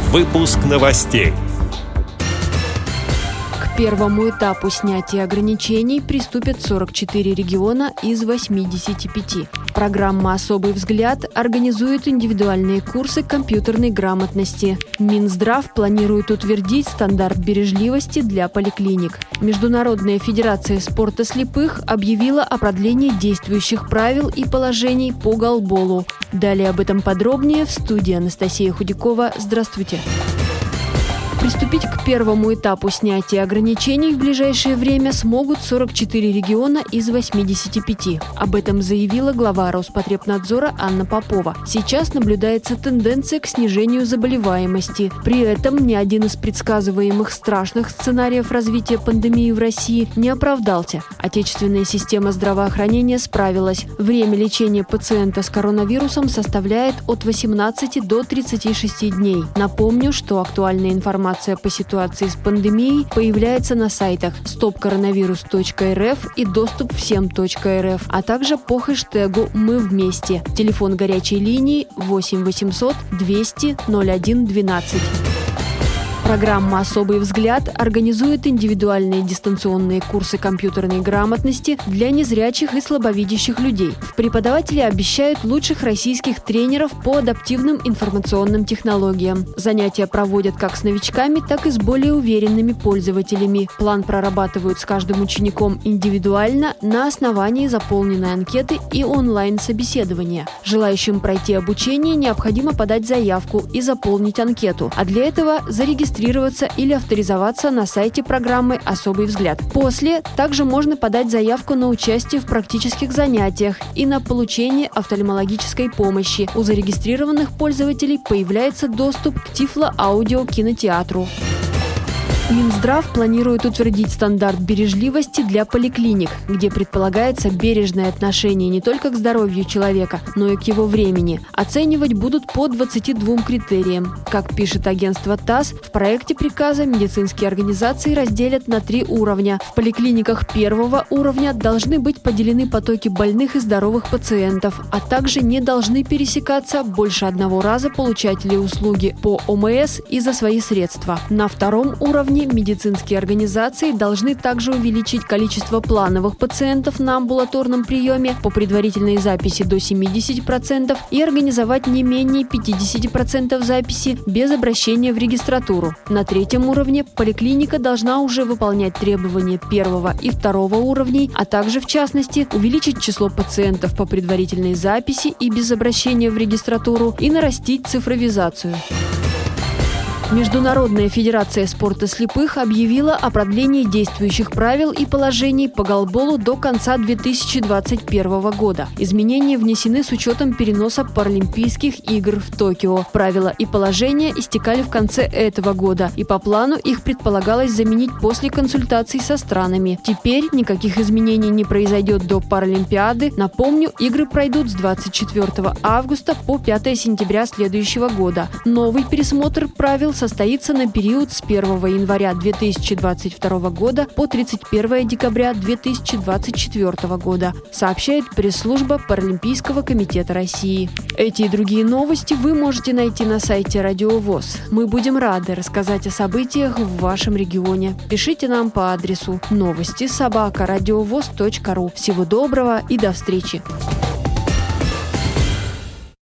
Выпуск новостей. К первому этапу снятия ограничений приступят 44 региона из 85. Программа «Особый взгляд» организует индивидуальные курсы компьютерной грамотности. Минздрав планирует утвердить стандарт бережливости для поликлиник. Международная федерация спорта слепых объявила о продлении действующих правил и положений по голболу. Далее об этом подробнее в студии Анастасия Худякова. Здравствуйте. Приступить к первому этапу снятия ограничений в ближайшее время смогут 44 региона из 85. Об этом заявила глава Роспотребнадзора Анна Попова. Сейчас наблюдается тенденция к снижению заболеваемости. При этом ни один из предсказываемых страшных сценариев развития пандемии в России не оправдался. Отечественная система здравоохранения справилась. Время лечения пациента с коронавирусом составляет от 18 до 36 дней. Напомню, что актуальная информация по ситуации с пандемией появляется на сайтах stopcoronavirus.rf и доступвсем.рф, а также по хэштегу «Мы вместе». Телефон горячей линии 8 800 200 01 12. Программа «Особый взгляд» организует индивидуальные дистанционные курсы компьютерной грамотности для незрячих и слабовидящих людей. Преподаватели обещают лучших российских тренеров по адаптивным информационным технологиям. Занятия проводят как с новичками, так и с более уверенными пользователями. План прорабатывают с каждым учеником индивидуально на основании заполненной анкеты и онлайн-собеседования. Желающим пройти обучение необходимо подать заявку и заполнить анкету, а для этого зарегистрироваться или авторизоваться на сайте программы «Особый взгляд». После также можно подать заявку на участие в практических занятиях и на получение офтальмологической помощи. У зарегистрированных пользователей появляется доступ к тифло-аудио-кинотеатру. Минздрав планирует утвердить стандарт бережливости для поликлиник, где предполагается бережное отношение не только к здоровью человека, но и к его времени. Оценивать будут по 22 критериям. Как пишет агентство ТАСС, в проекте приказа медицинские организации разделят на 3 уровня. В поликлиниках первого уровня должны быть поделены потоки больных и здоровых пациентов, а также не должны пересекаться больше одного раза получатели услуги по ОМС и за свои средства. На втором уровне медицинские организации должны также увеличить количество плановых пациентов на амбулаторном приеме по предварительной записи до 70% и организовать не менее 50% записи без обращения в регистратуру. На третьем уровне поликлиника должна уже выполнять требования первого и второго уровней, а также, в частности, увеличить число пациентов по предварительной записи и без обращения в регистратуру и нарастить цифровизацию. Международная федерация спорта слепых объявила о продлении действующих правил и положений по голболу до конца 2021 года. Изменения внесены с учетом переноса Паралимпийских игр в Токио. Правила и положения истекали в конце этого года, и по плану их предполагалось заменить после консультаций со странами. Теперь никаких изменений не произойдет до Паралимпиады. Напомню, игры пройдут с 24 августа по 5 сентября следующего года. Новый пересмотр правил состоится на период с 1 января 2022 года по 31 декабря 2024 года, сообщает пресс-служба Паралимпийского комитета России. Эти и другие новости вы можете найти на сайте Радио ВОС. Мы будем рады рассказать о событиях в вашем регионе. Пишите нам по адресу новости@радиовос.ру. Всего доброго и до встречи!